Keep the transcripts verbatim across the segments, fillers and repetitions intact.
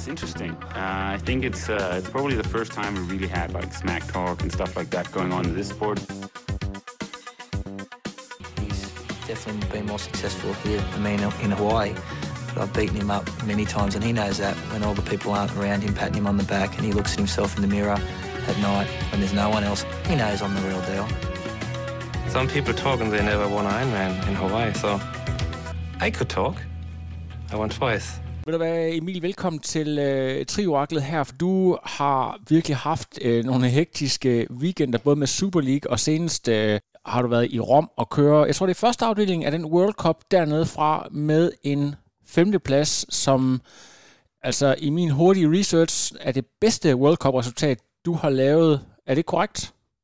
It's interesting. Uh, I think it's uh, it's probably the first time we really had like smack talk and stuff like that going on in this sport. He's definitely been more successful here than me in Hawaii. But I've beaten him up many times, and he knows that when all the people aren't around him patting him on the back and he looks at himself in the mirror at night when there's no one else, he knows I'm the real deal. Some people talk and they never won Ironman in Hawaii, so I could talk. I won twice. Ved du hvad, Emil, velkommen til øh, Trioraklet her, for du har virkelig haft øh, nogle hektiske weekender, både med Super League, og senest øh, har du været i Rom og køre, jeg tror det er første afdeling af den World Cup dernede fra, med en femteplads, som altså i min hurtige research er det bedste World Cup resultat, du har lavet. Er det korrekt?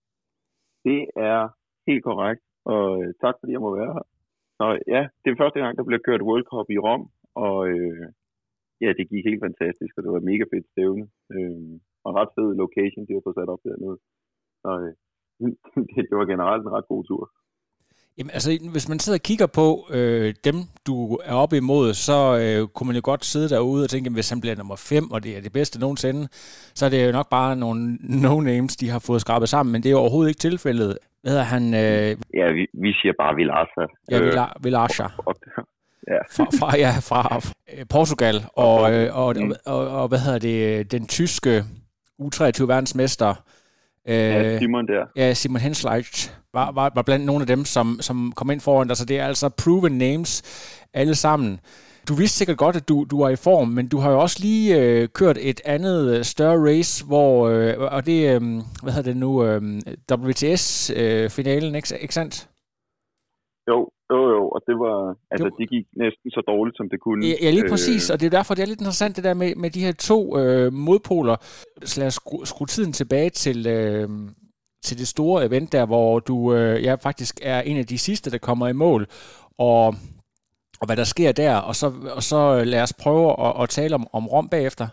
Det er helt korrekt, og øh, tak fordi jeg må være her. Så ja, det er første gang, der blev kørt World Cup i Rom, og øh, ja, det gik helt fantastisk, og det var et mega fedt stævne. Øh, og ret fed location, de har fået sat op dernede. Så øh, det, det var generelt en ret god tur. Jamen altså, hvis man sidder og kigger på øh, dem, du er oppe imod, så øh, kunne man jo godt sidde derude og tænke, at hvis han bliver nummer fem, og det er det bedste nogensinde, så er det jo nok bare nogle no-names, de har fået skrabet sammen, men det er jo overhovedet ikke tilfældet. Hvad hedder han? Øh... Ja, vi, vi siger bare Vilarsa. Ja, Vilarsa. Ja. fra, fra, ja, fra Portugal, og, øh, og, og, og, og hvad hedder det, den tyske U treogtyve verdensmester, øh, ja, Simon der. Ja, Simon Henschleicht var, var, var blandt nogle af dem, som, som kom ind foran dig, så det er altså proven names alle sammen. Du vidste sikkert godt, at du, du er i form, men du har jo også lige øh, kørt et andet større race, hvor, øh, og det, øh, hvad hedder det nu, øh, W T S-finalen, øh, ikke, ikke sandt? Jo, jo, jo, og det var, altså det gik næsten så dårligt, som det kunne. Ja, ja lige præcis, og det er derfor, det er lidt interessant, det der med, med de her to øh, modpoler. Så lad os skrue skru tiden tilbage til, øh, til det store event der, hvor du øh, ja, faktisk er en af de sidste, der kommer i mål, og, og hvad der sker der, og så, og så lad os prøve at, at tale om, om Rom bagefter.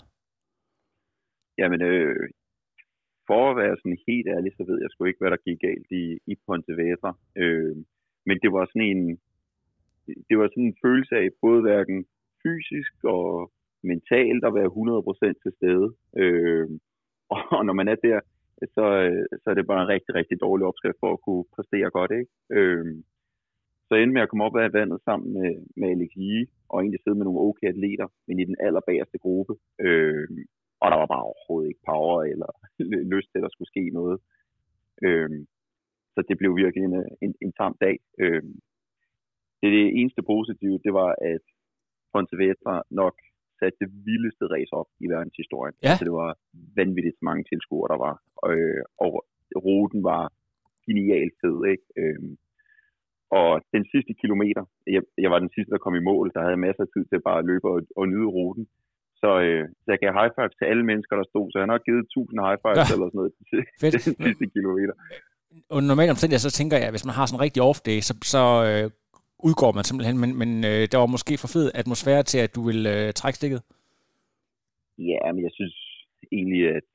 Jamen, øh, for at være sådan helt ærlig, så ved jeg sgu ikke, hvad der gik galt i, i Pontevedra. Øh, Men det var sådan en, det var sådan en følelse af både hverken fysisk og mentalt at være hundrede procent til stede. Øh, og når man er der, så, så er det bare en rigtig, rigtig dårlig opskrift for at kunne præstere godt, ikke? Øh, så endte med at komme op af vandet sammen med, med Alex Yee, og egentlig sidde med nogle okay atleter, men i den allerbagerste gruppe. Øh, og der var bare overhovedet ikke power eller lyst til, at der skulle ske noget. Øh, Så det blev virkelig en, en, en tam dag. Øhm, det, det eneste positive, det var, at Pontevedra nok satte det vildeste race op i verdenshistorien. Ja. Så det var vanvittigt mange tilskuere, der var. Øh, og ruten var genialt fed, ikke? Øhm, og den sidste kilometer, jeg, jeg var den sidste, der kom i mål, der havde masser af tid til bare at løbe og, og nyde ruten. Så, øh, så jeg gav high fives til alle mennesker, der stod. Så jeg har nok givet tusind high fives ja. eller sådan noget til den sidste kilometer. Under normalt omstændighed, så tænker jeg, at hvis man har sådan en rigtig off-day, så, så øh, udgår man simpelthen, men, men øh, der var måske for fed atmosfære til, at du ville øh, trække stikket? Ja, men jeg synes egentlig, at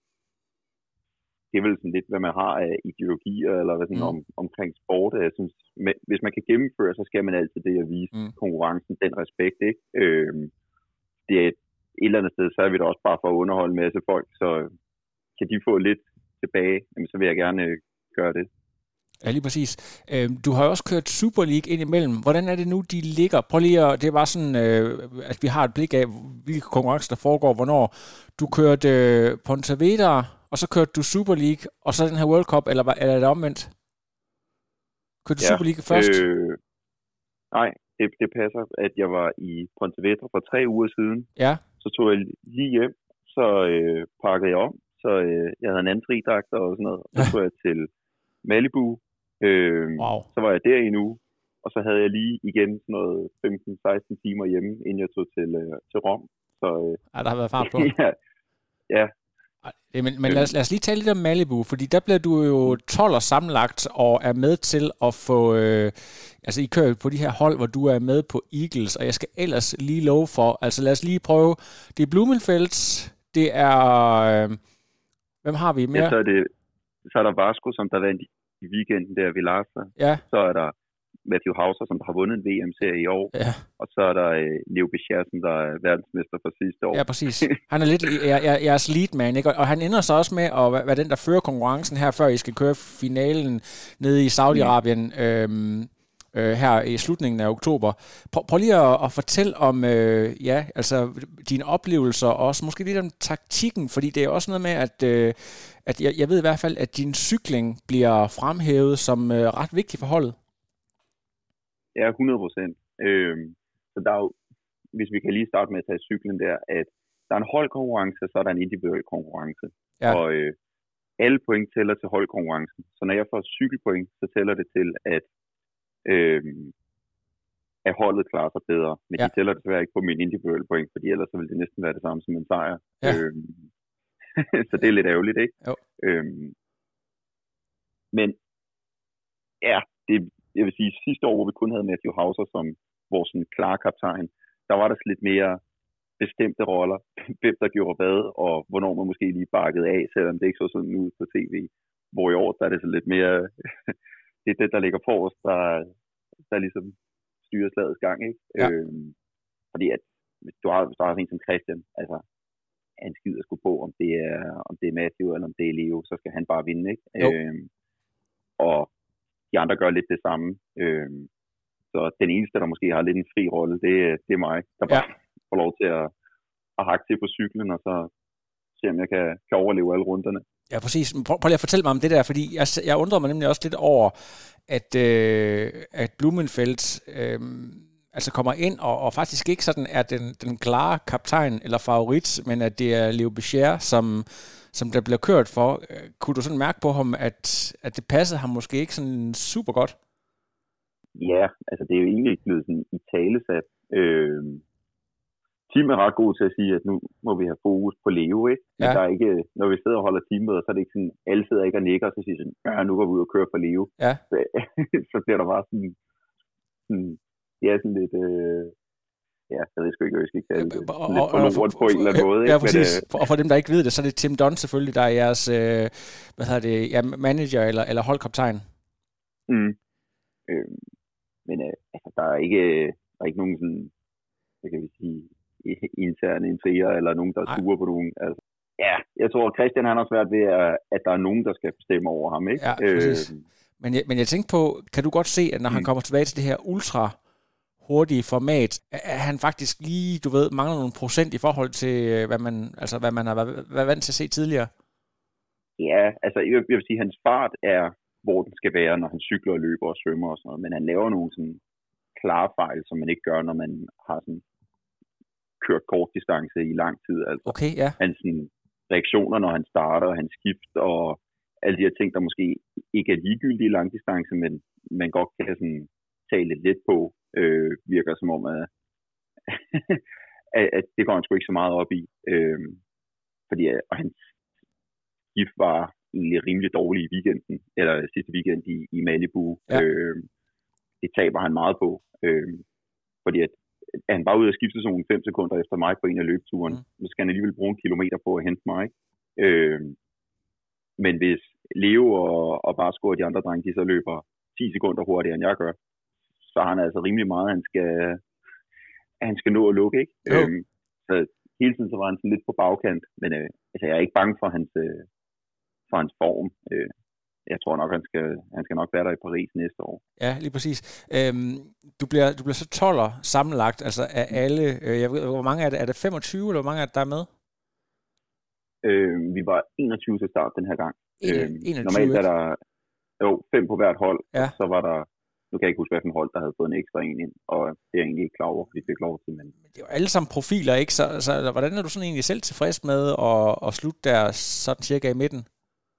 det er vel sådan lidt, hvad man har af ideologier, eller hvad sådan, mm. om, omkring sport. Jeg synes, med, hvis man kan gennemføre, så skal man altid det at vise mm. konkurrencen, den respekt, ikke? Øh, det er et, et eller andet sted, så er vi da også bare for at underholde en masse folk, så kan de få lidt tilbage, jamen, så vil jeg gerne øh, gøre det. Ja, lige præcis. Du har jo også kørt Super League ind imellem. Hvordan er det nu, de ligger? Prøv lige at, det var sådan, at vi har et blik af, hvilke konkurrencer der foregår, hvornår. Du kørte Pontevedra, og så kørte du Super League, og så den her World Cup, eller er det omvendt? Kørte du ja, Super League først? Øh, nej, det, det passer, at jeg var i Pontevedra for tre uger siden. Ja. Så tog jeg lige hjem, så øh, pakkede jeg om, så øh, jeg havde en anden fridragt og sådan noget, og så tog jeg til Malibu, øh, wow. Så var jeg der i en uge, og så havde jeg lige igen sådan noget femten seksten timer hjemme, inden jeg tog til, øh, til Rom. Så, øh, ja, der har været fart på. ja, ja. Men, men lad, os, lad os lige tale lidt om Malibu, fordi der bliver du jo tolv år sammenlagt og er med til at få, øh, altså I kører på de her hold, hvor du er med på Eagles, og jeg skal ellers lige love for, altså lad os lige prøve, det er Blumenfeldt, det er, øh, hvem har vi mere? Ja, så er det, så er der Vasco, som der vandt i weekenden der, Vilarsa. Ja. Så er der Matthew Hauser, som har vundet en V M-serie i år. Ja. Og så er der øh, Leo Bichère, som der er verdensmester for sidste år. Ja, præcis. Han er lidt jeres leadman, ikke? Og han ender så også med at være den, der fører konkurrencen her, før I skal køre finalen nede i Saudi-Arabien øhm, øh, her i slutningen af oktober. Prøv, prøv lige at, at fortælle om øh, ja, altså, dine oplevelser, og også måske lidt om taktikken, fordi det er også noget med, at, øh, at jeg, jeg ved i hvert fald, at din cykling bliver fremhævet som øh, ret vigtig for holdet. Ja, hundrede procent. Øhm, så der er jo, hvis vi kan lige starte med at tage cyklen der, at der er en holdkonkurrence, så er der en individuel konkurrence. Ja. Og øh, alle point tæller til holdkonkurrencen. Så når jeg får cykelpoint, så tæller det til, at, øh, at holdet klarer sig bedre. Men ja. De tæller desværre ikke på min individuelle point, fordi ellers så vil det næsten være det samme som en sejr. Ja. Øhm, så det er lidt ærgerligt, ikke? Jo. Øhm, men ja, det, jeg vil sige, sidste år, hvor vi kun havde Matthew Hauser som vores sådan, klare kaptajn, der var der lidt mere bestemte roller, hvem der gjorde hvad, og hvornår man måske lige bakkede af, selvom det ikke så sådan ud på tv. Hvor i år, der er det så lidt mere, det er det, der ligger forrest, der, der ligesom styrer slagets gang, ikke? Ja. Øhm, fordi at, hvis du har, hvis du har en som Christian, altså, han skider sgu på, om det er, om det er Matthew, eller om det er Leo, så skal han bare vinde, ikke? Øhm, og de andre gør lidt det samme. Øhm, så den eneste, der måske har lidt en fri rolle, det, det er mig, der bare ja. får lov til at, at hakke til på cyklen, og så se, om jeg kan, kan overleve alle runderne. Ja, præcis. Prøv, prøv lige at fortælle mig om det der, fordi jeg, jeg undrer mig nemlig også lidt over, at, øh, at Blumenfeldt øh, altså kommer ind, og, og faktisk ikke sådan er den, den klare kaptajn eller favorit, men at det er Leo Bichère, som, som der bliver kørt for. Kunne du sådan mærke på ham, at, at det passede ham måske ikke sådan super godt? Ja, altså det er jo egentlig ikke blevet sådan i talesat. Øh, Team er ret god til at sige, at nu må vi have fokus på Leo, ikke? Men ja. Der er ikke, når vi sidder og holder teammøder, så er det ikke sådan, alle sidder ikke og nikker, og så siger sådan, ja, nu går vi ud og kører for Leo. Ja. Så, så bliver der bare sådan, sådan det er sådan lidt, øh, ja, jeg ved sgu ikke, hvad jeg skal kalde det. Og, lidt for nogen på en eller anden måde, ikke? Ja, præcis. Men, øh, og for dem, der ikke ved det, så er det Tim Dunn selvfølgelig, der er jeres, øh, hvad hedder det, ja, manager eller, eller holdkaptajn. Mm. Øh, men øh, altså, der er ikke, der er ikke nogen sådan, hvad kan vi sige, interne intriger, eller nogen, der er sure på nogen. Altså, ja, jeg tror, Christian han har svært ved, at, at der er nogen, der skal bestemme over ham, ikke? Ja, præcis. Øh, men, jeg, men jeg tænkte på, kan du godt se, at når mm. han kommer tilbage til det her ultra hurtige format, at han faktisk lige, du ved, mangler nogle procent i forhold til, hvad man, altså, hvad man har været vant til at se tidligere? Ja, altså, jeg, jeg vil sige, at hans fart er, hvor den skal være, når han cykler og løber og svømmer og sådan noget, men han laver nogle sådan klare fejl, som man ikke gør, når man har sådan kørt kort distance i lang tid. Altså. Okay, ja. Hans sådan, reaktioner, når han starter, og hans skift, og alle de her ting, der måske ikke er ligegyldige i lang distance, men man godt kan sådan, tage lidt let på, øh, virker som om, at, at det går han sgu ikke så meget op i. Øh, fordi og hans skift var egentlig rimelig dårlig i weekenden, eller sidste weekend i, i Malibu. Ja. Øh, det taber han meget på. Øh, fordi at er han bare ude af skiftezonen fem sekunder efter mig på en af løbeturen, mm. så skal han alligevel bruge en kilometer på at hente mig. Øh, men hvis Leo og, og bare score de andre drenge, de så løber ti sekunder hurtigere, end jeg gør, så har han altså rimelig meget, han skal, han skal nå at lukke, ikke? Oh. Øh, så hele tiden så var han sådan lidt på bagkant, men øh, altså, jeg er ikke bange for hans, øh, for hans form. Øh, Jeg tror nok, han skal, han skal nok være der i Paris næste år. Ja, lige præcis. Øhm, du, bliver, du bliver så tolver sammenlagt, altså af alle, øh, jeg ved, hvor mange er det? Er det femogtyve, eller hvor mange er det, der er med? Øh, vi var enogtyve til start den her gang. Øh, enogtyve, normalt er der jo fem på hvert hold, ja. Og så var der, nu kan jeg ikke huske, hvilken hold, der havde fået en ekstra en ind, og det er jeg egentlig ikke klar over, fordi det fik lov til. Men det er jo alle sammen profiler, ikke? Så, så hvordan er du sådan egentlig selv tilfreds med at, at slutte der sådan cirka i midten?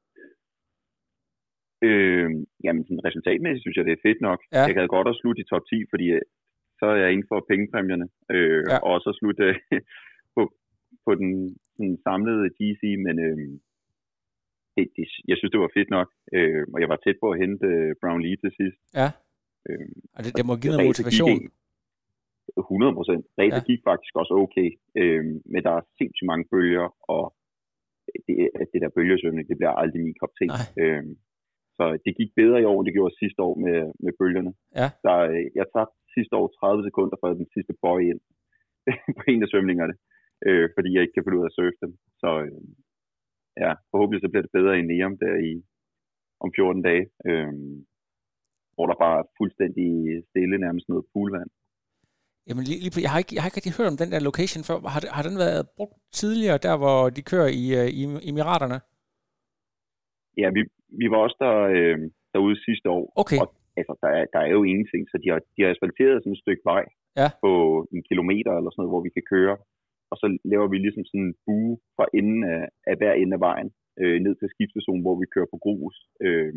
Øh, jamen, sådan resultatmæssigt synes jeg, det er fedt nok. Ja. Jeg gad godt at slutte i top ti, fordi så er jeg inden for pengepræmierne, øh, ja. Og så slutte øh, på, på den, den samlede G C, men øh, det, det, jeg synes, det var fedt nok, øh, og jeg var tæt på at hente øh, Brownlee til sidst. Ja, øh, og det, det må give noget motivation. hundrede procent. Racet ja. Gik faktisk også okay, øh, men der er sindssygt mange bølger, og det, det der bølgesvømning, det bliver aldrig min kop te. Så det gik bedre i år, end det gjorde sidste år med, med bølgerne. Ja. Så øh, jeg tabte sidste år tredive sekunder for den sidste bøj ind på en af svømningerne, øh, fordi jeg ikke kan finde ud af at surfe dem. Så øh, ja, forhåbentlig så bliver det bedre i Neum der i, om fjorten dage, øh, hvor der bare er fuldstændig stille, nærmest noget poolvand. Jamen, lige, lige, jeg, har ikke, jeg har ikke rigtig hørt om den der location før. Har, har den været brugt tidligere, der hvor de kører i, i Emiraterne? Ja, vi, vi var også der, øh, derude sidste år. Okay. Og altså, der, er, der er jo ingenting, så de har, de har asfalteret sådan et stykke vej ja. på en kilometer eller sådan noget, hvor vi kan køre. Og så laver vi ligesom sådan en bue fra enden af, af hver ende af vejen, øh, ned til skiftestationen, hvor vi kører på grus. Øh,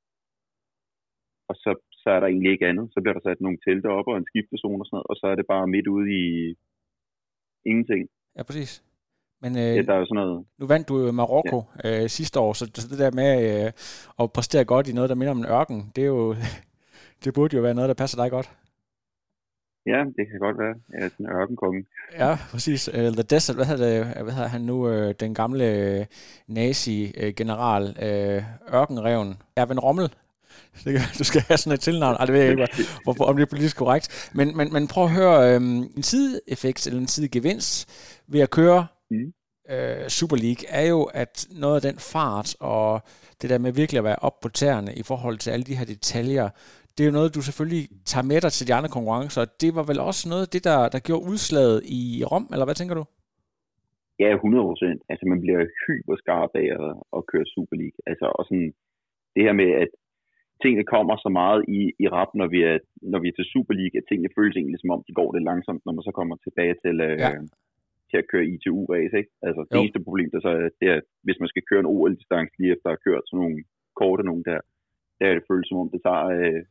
og så, så er der egentlig ikke andet. Så bliver der sat nogle telte op og en skiftestation og sådan noget, og så er det bare midt ude i ingenting. Ja, præcis. Men øh, ja, der er jo sådan noget. Nu vandt du jo Marokko ja. øh, sidste år, så, så det der med øh, at præstere godt i noget, der minder om en ørken, det er jo, det burde jo være noget, der passer dig godt. Ja, det kan godt være. Jeg er sådan en ørkenkonge. Ja, præcis. Uh, The Desert, hvad hedder, det, hvad hedder han nu, uh, den gamle uh, nazi-general, uh, ørkenreven, Erwin Rommel. Du skal have sådan et tilnavn. Ej, det ved jeg ikke, hvor, om det er politisk korrekt. Men, men, men prøv at høre, um, en sideeffekt eller en sidegevinst ved at køre mm. uh, Super League er jo, at noget af den fart og det der med virkelig at være op på tæerne i forhold til alle de her detaljer, det er jo noget, du selvfølgelig tager med dig til de andre konkurrencer. Det var vel også noget af det, der, der gjorde udslaget i Rom, eller hvad tænker du? Ja, hundrede procent. Altså, man bliver hyperskarp af at, at køre Super League. Altså, og sådan, det her med, at tingene kommer så meget i, i rap, når vi, er, når vi er til Super League, at tingene føles egentlig som om, de går lidt langsomt, når man så kommer tilbage til, ja. øh, til at køre I T U-race, ikke? Altså, det jo. eneste problem, der så er, det er, hvis man skal køre en O L-distance lige efter at have kørt sådan nogle korte nogen der, der er det føles som om, det tager øh,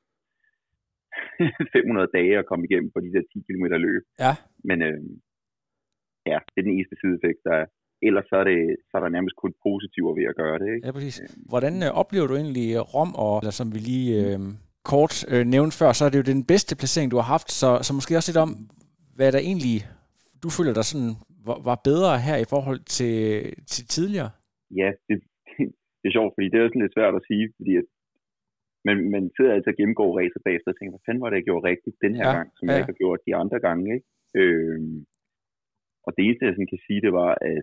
fem hundrede dage at komme igennem på de der ti kilometer løb. Ja. Men øh, ja, det er den eneste sideeffekt, der er. Ellers så er, det, så er der nærmest kun positiver ved at gøre det, ikke? Ja, præcis. Hvordan øh, oplever du egentlig Rom, og eller, som vi lige øh, kort øh, nævnte før, så er det jo den bedste placering, du har haft, så, så måske også lidt om, hvad der egentlig, du føler der sådan, var, var bedre her i forhold til, til tidligere? Ja, det, det er sjovt, fordi det er sådan lidt svært at sige, fordi at man, man sidder altså og gennemgår racet bagefter og tænker, hvad fanden var det, jeg gjorde rigtigt den her ja, gang, som ja. jeg ikke har gjort de andre gange, ikke? Øh, og det eneste, jeg sådan kan sige, det var, at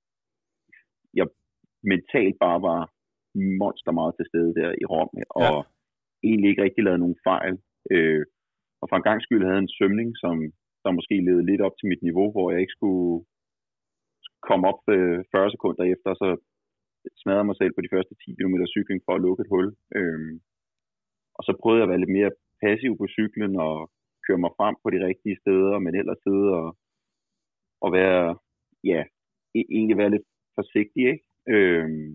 jeg mentalt bare var monster meget til stede der i Rom, og ja. egentlig ikke rigtig lavede nogen fejl. Øh, og for en gang skyld havde en svømning, som der måske levede lidt op til mit niveau, hvor jeg ikke skulle komme op øh, fyrre sekunder efter, og så smadrede mig selv på de første ti kilometer cykling for at lukke et hul. Øh, og så prøvede jeg at være lidt mere passiv på cyklen, og køre mig frem på de rigtige steder, men ellers sidde og, og være, ja, egentlig være lidt forsigtig, ikke? Øhm,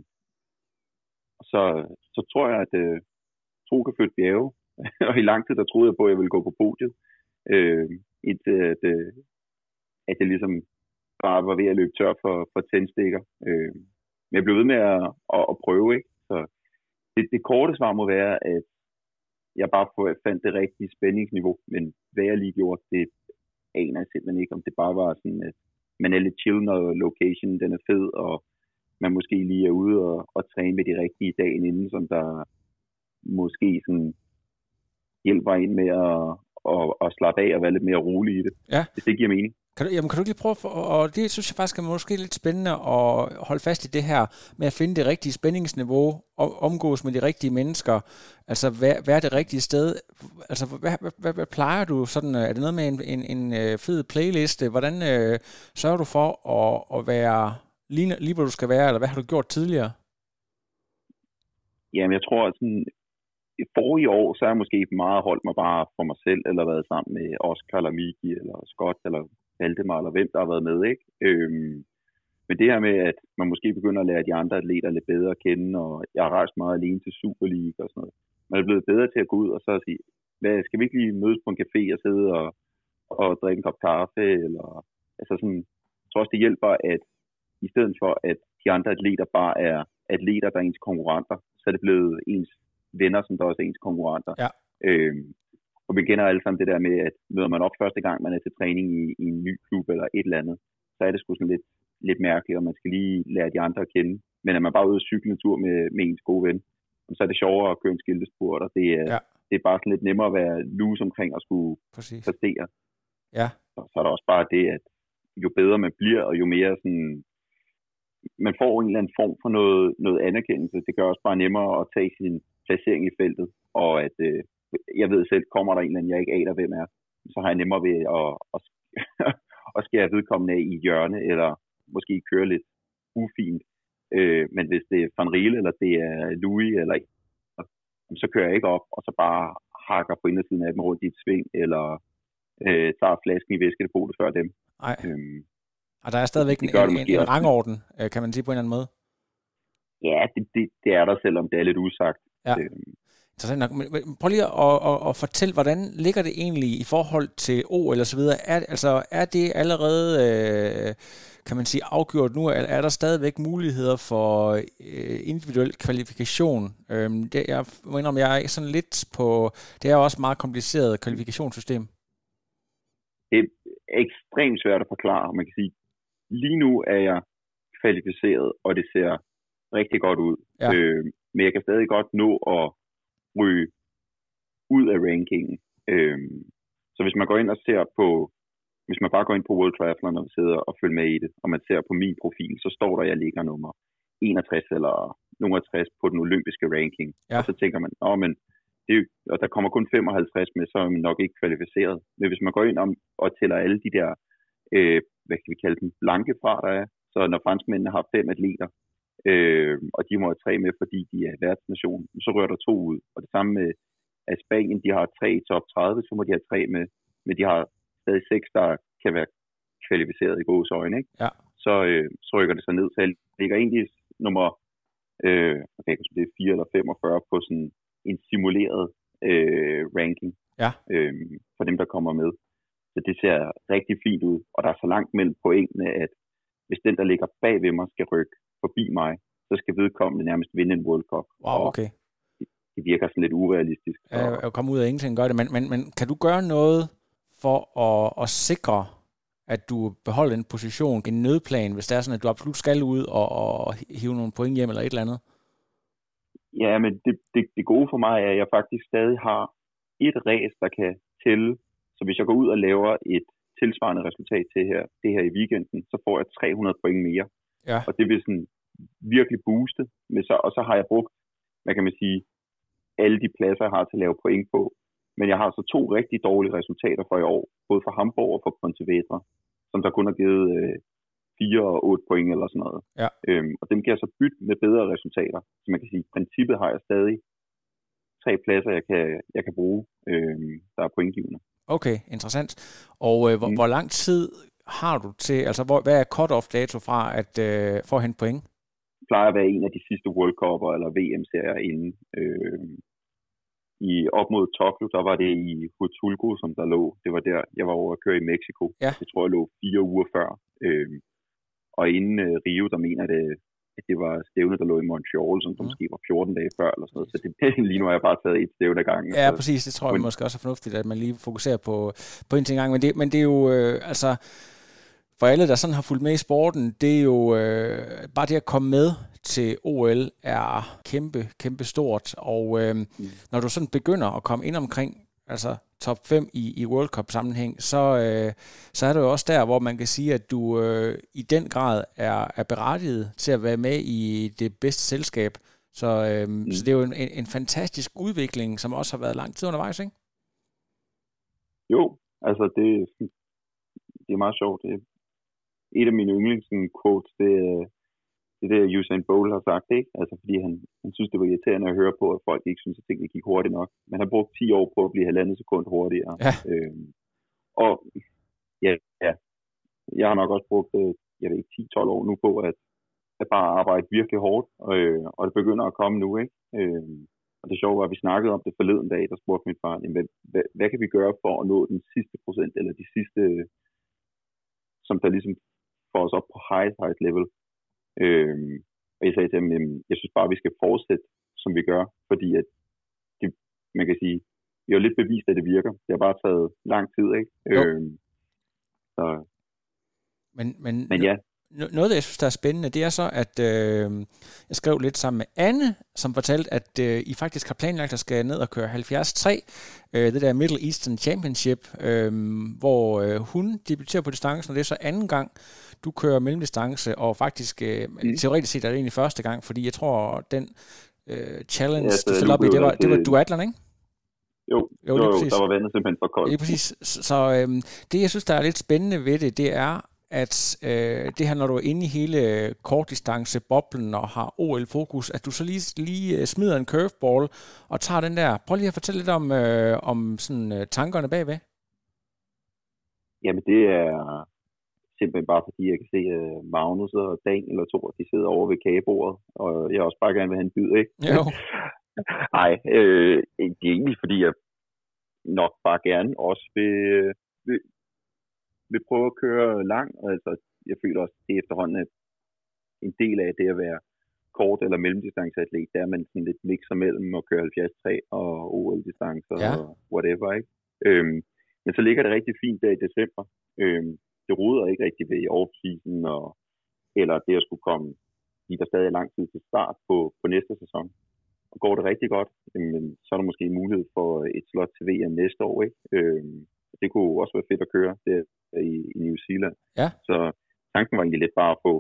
så, så tror jeg, at øh, tro kan flytte bjerge, og i lang tid der troede jeg på, at jeg ville gå på podiet, øh, indtil at, øh, at jeg ligesom bare var ved at løbe tør for, for tændstikker. Øh, men jeg blev ved med at, at, at prøve, ikke? Så det, det korte svar må være, at jeg bare fandt det rigtige spændingsniveau, men hvad jeg lige gjorde, det aner jeg simpelthen ikke, om det bare var sådan, at man er lidt chill, når location den er fed, og man måske lige er ude og, og træne med de rigtige dagen inden, som der måske sådan hjælper en med at, at, at slappe af og være lidt mere rolig i det. Ja. Hvis det giver mening. Kan du, jamen, kan du ikke lige prøve, for, og det synes jeg faktisk er måske lidt spændende at holde fast i det her med at finde det rigtige spændingsniveau, og omgås med de rigtige mennesker, altså være, være det rigtige sted. Altså, hvad, hvad, hvad, hvad plejer du sådan, er det noget med en, en, en fed playliste? Hvordan øh, sørger du for at, at være lige, lige, hvor du skal være, eller hvad har du gjort tidligere? Jamen, jeg tror, at sådan, forrige år, så har jeg måske meget holdt mig bare for mig selv, eller været sammen med Oscar, eller Miki, eller Scott, eller Valdemar, eller hvem der har været med, ikke? Øhm, men det her med, at man måske begynder at lære de andre atleter lidt bedre at kende, og jeg har rejst meget alene til Super League og sådan noget. Man er blevet bedre til at gå ud og så sige, hvad, skal vi ikke lige mødes på en café og sidde og, og drikke en kop kaffe, eller altså sådan, jeg tror også, det hjælper, at i stedet for, at de andre atleter bare er atleter, der er ens konkurrenter, så er det blevet ens venner, som der også er ens konkurrenter. Ja. Øhm, og vi kender alle sammen det der med, at møder man op første gang, man er til træning i, i en ny klub eller et eller andet, så er det sgu sådan lidt, lidt mærkeligt, og man skal lige lære de andre at kende. Men er man bare ude og cykle en tur med, med ens gode ven, så er det sjovere at køre en skiltespurt, og det er, ja. det er bare sådan lidt nemmere at være loose omkring at skulle Præcis. præstere. Ja. Og så er der også bare det, at jo bedre man bliver, og jo mere sådan, man får en eller anden form for noget, noget anerkendelse. Det gør også bare nemmere at tage sin placering i feltet, og at øh, jeg ved selv, kommer der en eller anden, jeg ikke aner, hvem er, så har jeg nemmere ved at, at, at skære vedkommende af i hjørne, eller måske køre lidt ufint. Øh, men hvis det er Van Riel, eller det er Louis, eller så kører jeg ikke op, og så bare hakker på indersiden af dem rundt i et sving, eller øh, tager flasken i væskedepotet før dem. Nej. Øhm, og der er stadigvæk en, en, en, en rangorden, kan man sige på en eller anden måde? Ja, det, det, det er der, selvom det er lidt usagt. Ja. Øhm, Interessant nok. Men, men prøv lige at, at, at fortælle, hvordan ligger det egentlig i forhold til O L og så videre? Er, altså, er det allerede, øh, kan man sige, afgjort nu? Er, er der stadigvæk muligheder for øh, individuel kvalifikation? Øhm, det, jeg må indrømme, jeg er sådan lidt på, det er også et meget kompliceret kvalifikationssystem. Det er ekstremt svært at forklare. Man kan sige, lige nu er jeg kvalificeret, og det ser rigtig godt ud. Ja. Øh, men jeg kan stadig godt nå at ryge ud af rankingen. Øhm, så hvis man går ind og ser på, hvis man bare går ind på World Triathlon og sidder og følger med i det, og man ser på min profil, så står der, at jeg ligger nummer enogtres eller nummer tres på den olympiske ranking. Ja. Og så tænker man, åh, men det er, og der kommer kun femoghalvtreds med, så er man nok ikke kvalificeret. Men hvis man går ind og, og tæller alle de der, øh, hvad kan vi kalde dem, blanke fra, der er, så når franskmændene har fem atleter, Øh, og de må have tre med, fordi de er værtsnation, så rører der to ud. Og det samme med at Spanien, de har tre i top tredive, så må de have tre med, men de har stadig seks, der kan være kvalificeret i gås øjne, ikke? Ja. Så, øh, så rykker det sig ned til, det ligger egentlig nummer øh, okay, det er fire eller femogfyrre på sådan en simuleret øh, ranking ja. øh, for dem, der kommer med. Så det ser rigtig fint ud, og der er så langt mellem pointene, at hvis den, der ligger bag ved mig, skal rykke forbi mig, så skal vedkommende nærmest vinde en World Cup. Wow, okay. Det, det virker sådan lidt urealistisk. Så. Ja, jeg kommer ud af ingenting gør det, men, men, men kan du gøre noget for at, at sikre, at du beholder en position, en nødplan, hvis det er sådan, at du absolut skal ud og, og hive nogle point hjem eller et eller andet? Ja, men det, det, det gode for mig er, at jeg faktisk stadig har et race, der kan tælle. Så hvis jeg går ud og laver et tilsvarende resultat til her, det her i weekenden, så får jeg tre hundrede point mere. Ja. Og det vil sådan virkelig booste. Men så, og så har jeg brugt, hvad kan man sige, alle de pladser, jeg har til at lave point på. Men jeg har så to rigtig dårlige resultater for i år, både for Hamburg og for Pontevedra, som der kun har givet øh, fire og otte point eller sådan noget. Ja. Øhm, og dem kan jeg så bytte med bedre resultater. Så man kan sige, i princippet har jeg stadig tre pladser, jeg kan, jeg kan bruge, øh, der er pointgivende. Okay, interessant. Og øh, hvor, mm. hvor lang tid har du til, altså hvor, hvad er cut-off dato fra, at øh, for at hente point? Det plejer at være en af de sidste World Cup'er eller V M-serier inden. Øh, I op mod Tokyo, der var det i Huatulco, som der lå. Det var der, jeg var over at køre i Mexico. Ja. Jeg tror, jeg lå fire uger før. Øh, og inden øh, Rio, der mener det, at det var stævnet, der lå i Montreal, som mm. måske var fjorten dage før, eller sådan noget. Så det, lige nu har jeg bare taget et stævne ad gangen. Ja, præcis. Det tror jeg men, måske også er fornuftigt, at man lige fokuserer på, på en ting gang. Men det, men det er jo, øh, altså, for alle, der sådan har fulgt med i sporten, det er jo, øh, bare det at komme med til O L er kæmpe, kæmpe stort. Og øh, mm. når du sådan begynder at komme ind omkring, altså top fem i, i World Cup-sammenhæng, så, øh, så er det jo også der, hvor man kan sige, at du øh, i den grad er, er berettiget til at være med i det bedste selskab. Så, øh, mm. så det er jo en, en fantastisk udvikling, som også har været lang tid undervejs, ikke? Jo, altså det, det er meget sjovt. Det er et af mine yndlingsquotes, det er det, er det Usain Bolt har sagt, ikke? Altså fordi han, han synes, det var irriterende at høre på, at folk ikke synes, at tingene gik hurtigt nok. Men han har brugt ti år på at blive halvandet sekund hurtigere. Ja. Øhm, og ja, ja, jeg har nok også brugt, jeg ved ikke, ti til tolv år nu på at, at bare arbejde virkelig hårdt, og, øh, og det begynder at komme nu, ikke? Øhm, og det sjove var, at vi snakkede om det forleden dag, der spurgte min far, hvad, hvad, hvad kan vi gøre for at nå den sidste procent, eller de sidste, som der ligesom får os op på high, high level. Øhm, og jeg sagde til dem, jeg synes bare, at vi skal fortsætte, som vi gør, fordi at det, man kan sige, vi har jo lidt bevist, at det virker. Det har bare taget lang tid, ikke? Øhm, så. Men, men, men ja. noget, jeg synes, der er spændende, det er så, at øh, jeg skrev lidt sammen med Anne, som fortalte, at øh, I faktisk har planlagt at skal ned og køre halvfjerds tre, øh, det der Middle Eastern Championship, øh, hvor øh, hun debuterer på distancen, og det er så anden gang, du kører mellemdistance, og faktisk øh, mm. teoretisk set er det egentlig første gang, fordi jeg tror, den øh, challenge, ja, du stillede op i, det var, det var duatlon, ikke? Jo, jo, jo der var vandet simpelthen for koldt. Ja, præcis. Så, så øh, det, jeg synes, der er lidt spændende ved det, det er, at øh, det her, når du er inde i hele kortdistance-boblen og har O L-fokus, at du så lige, lige smider en curveball og tager den der. Prøv lige at fortælle lidt om, øh, om sådan, øh, tankerne bagved. Jamen, det er simpelthen bare fordi, jeg kan se uh, Magnus og Daniel og Thor, de sidder over ved kagebordet, og jeg også bare gerne vil have en bid, ikke? Jo. Nej, øh, det er egentlig fordi, jeg nok bare gerne også vil, vil, vil prøve at køre langt. Altså, jeg føler også, det efterhånden er en del af det at være kort- eller mellemdistanceatlet, der er man sådan lidt mixer mellem at køre halvfjerds tre og O L-distancer ja. og whatever, ikke? Øhm, men så ligger det rigtig fint der i december. Øhm, det roder ikke rigtig ved off-season, og, eller det at skulle komme, de der stadig er lang tid til start på, på næste sæson. Og går det rigtig godt, jamen, så er der måske mulighed for et slot til V M næste år, ikke? Øhm, det kunne også være fedt at køre der i, i New Zealand. Ja. Så tanken var egentlig lidt bare at få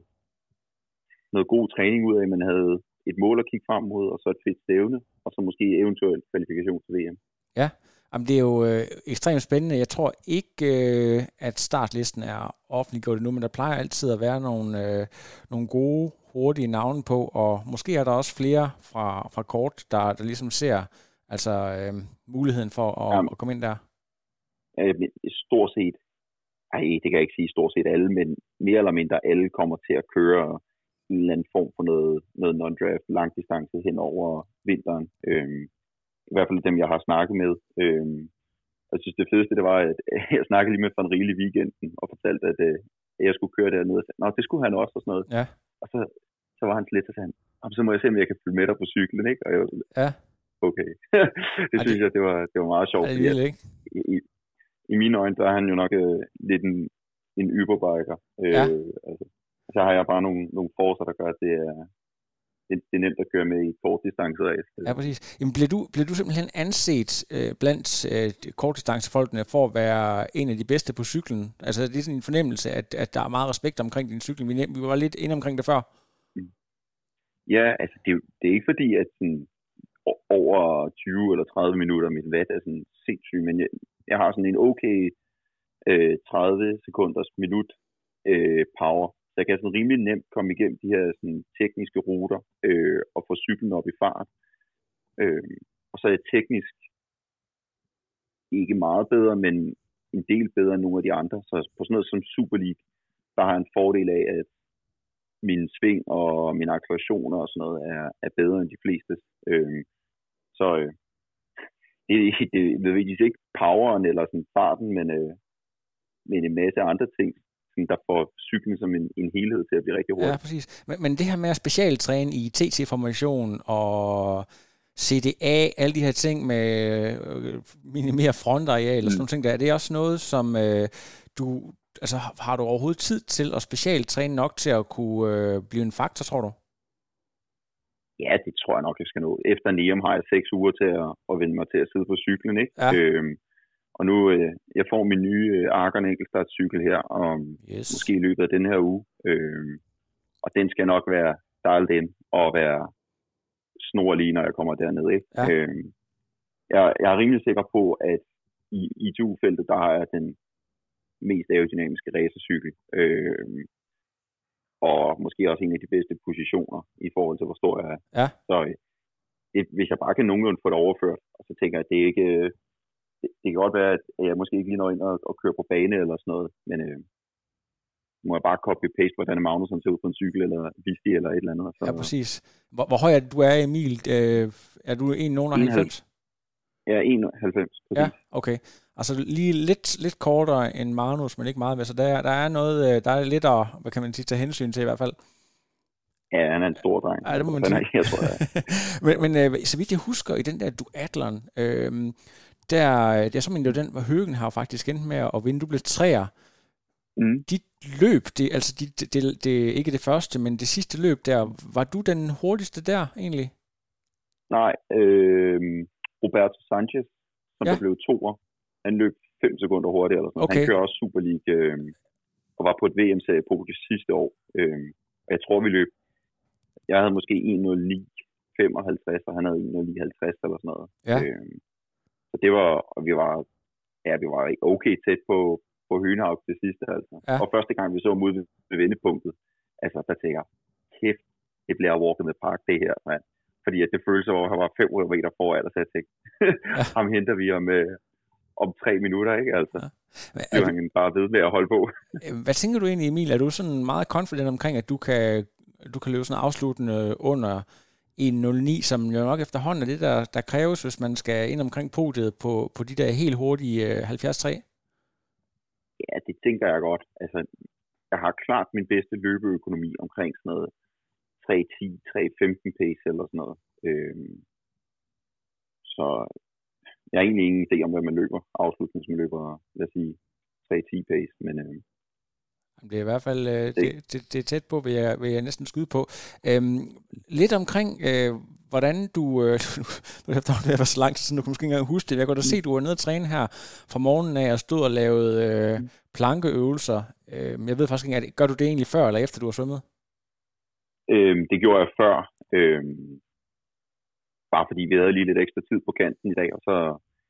noget god træning ud af, at man havde et mål at kigge frem mod, og så et fedt stævne, og så måske eventuelt kvalifikation til V M. Ja, jamen, det er jo øh, ekstremt spændende. Jeg tror ikke, øh, at startlisten er offentliggjort endnu, men der plejer altid at være nogle, øh, nogle gode, hurtige navne på, og måske er der også flere fra, fra kort, der, der ligesom ser altså, øh, muligheden for at, jamen, at komme ind der. Ja, stort set, ej, det kan jeg ikke sige stort set alle, men mere eller mindre alle kommer til at køre en eller anden form for noget, noget non-draft langdistance hen over vinteren. Øhm, I hvert fald dem, jeg har snakket med. Øhm, jeg synes, det fedeste, det var, at jeg snakkede lige med Van Riel i weekenden, og fortalte, at, øh, at jeg skulle køre dernede. Og sagde, nå, det skulle han også, og sådan noget. Ja. Og så, så var han lidt, så sagde han, så må jeg se, om jeg kan følge med dig på cyklen, ikke? Og jeg var sådan, ja. Okay. det synes det, jeg, det var, det var meget sjovt. Er det vildt, ikke? I, i, I mine øjne, der er han jo nok øh, lidt en, en yberbiker. Ja. Øh, altså, så har jeg bare nogle, nogle forser, der gør, at det er, det, det er nemt at køre med i kortdistanceræs. Ja, præcis. Jamen, bliver du, bliver du simpelthen anset øh, blandt øh, kortdistancefolkene for at være en af de bedste på cyklen? Altså, det er sådan en fornemmelse, at, at der er meget respekt omkring din cykel. Vi, vi var lidt inde omkring det før. Ja, altså, det, det er ikke fordi, at sådan, over tyve eller tredive minutter mit watt er sådan sindssygt, men jeg, jeg har sådan en okay øh, tredive sekunders minut øh, power. Så jeg kan sådan rimelig nemt komme igennem de her sådan, tekniske ruter øh, og få cyklen op i fart. Øh, og så er jeg teknisk ikke meget bedre, men en del bedre end nogle af de andre. Så på sådan noget som Super League, der har jeg en fordel af, at min sving og mine accelerationer og sådan noget er, er bedre end de fleste. Øh, så øh, det, det er nødvendigvis ikke poweren eller sådan farten, men, øh, men en masse andre ting, der får cyklen som en, en helhed til at blive rigtig hurtigt. Ja, præcis. Men, men det her med at specialtræne i T T-formation og C D A, alle de her ting med øh, minimere frontareal og sådan mm. nogle ting, der, er det også noget, som øh, du, altså har du overhovedet tid til at specialtræne nok til at kunne øh, blive en faktor, tror du? Ja, det tror jeg nok, jeg skal nå. Efter N E O M har jeg seks uger til at, at vende mig til at sidde på cyklen, ikke? Ja. Øhm, Og nu, øh, jeg får min nye øh, Argon enkeltstartcykel her, om yes. måske i løbet af den her uge. Øh, og den skal nok være dejligt ind og være snorlig, når jeg kommer derned. Ikke? Ja. Øh, jeg, jeg er rimelig sikker på, at i, i D U feltet der har jeg den mest aerodynamiske racercykel. Øh, og måske også en af de bedste positioner i forhold til, hvor stor jeg er. Ja. Så det, hvis jeg bare kan nogenlunde få det overført, og så tænker jeg, at det ikke... Det, det kan godt være, at jeg måske ikke lige når ind og, og kører på bane eller sådan noget, men øh, må jeg bare copy-paste, hvordan Magnusson ser ud på en cykel, eller Visti, eller et eller andet. Så. Ja, præcis. Hvor, hvor høj er du er, Emil? Øh, er du en komma halvfems? Ja, en komma halvfems. Ja, okay. Altså lige lidt, lidt kortere end Magnus, men ikke meget med, så der, der er noget, der er lidt at, hvad kan man sige, tage hensyn til i hvert fald. Ja, han er en stor dreng. Ja, det må man sige. Jeg tror, jeg. men men øh, så vidt jeg husker, i den der duatlon, øh, Der, det er som en, den, hvor Høgen har faktisk endt med at vinde. Du blev træer. Mm. Dit løb, det, altså dit, det, det, det, ikke det første, men det sidste løb der, var du den hurtigste der egentlig? Nej, øh, Roberto Sanchez, som ja. der blev toer, han løb fem sekunder hurtigere. Eller sådan. Okay. Han kører også Super League øh, og var på et V M-serie på det sidste år. Øh, jeg tror, vi løb, jeg havde måske en nul ni femoghalvtreds, og han havde en nul ni halvtreds eller sådan noget. Ja. Øh, så det var, og vi var, ja, vi var okay tæt på, på Hønehav til sidste, altså. Ja. Og første gang, vi så mod ved vendepunktet, altså, der tænker jeg, kæft, det bliver walk in the park, det her, mand. Fordi at det føles over, at han var fem hundrede meter foran, så jeg tænkte, ja. ham henter vi om, øh, om tre minutter, ikke? Altså, ja. Det var han bare ved med at holde på. Hvad tænker du egentlig, Emil? Er du sådan meget confident omkring, at du kan, du kan løbe sådan afsluttende under en nul ni, som jo nok efterhånden er det, der, der kræves, hvis man skal ind omkring podiet på, på de der helt hurtige øh, halvfjerds tre? Ja, det tænker jeg godt. Altså, jeg har klart min bedste løbeøkonomi omkring sådan noget tre ti, tre femten pace eller sådan noget. Øhm, så jeg har egentlig ingen idé om, hvad man løber. Afslutning, som løber, lad os sige, tre ti pace, men... Øhm, det er i hvert fald øh, det, det, det er tæt på, vil jeg, vil jeg næsten skyde på. Øhm, lidt omkring, øh, hvordan du... Øh, nu er det været så lang tid siden, du kan måske ikke engang huske det. Jeg kan godt se, at du var nede og træne her fra morgenen af og stod og lavede øh, plankeøvelser. Øh, jeg ved faktisk ikke, gør du det egentlig før eller efter, du har svømmet? Øhm, det gjorde jeg før. Øhm, bare fordi vi havde lige lidt ekstra tid på kanten i dag, og så...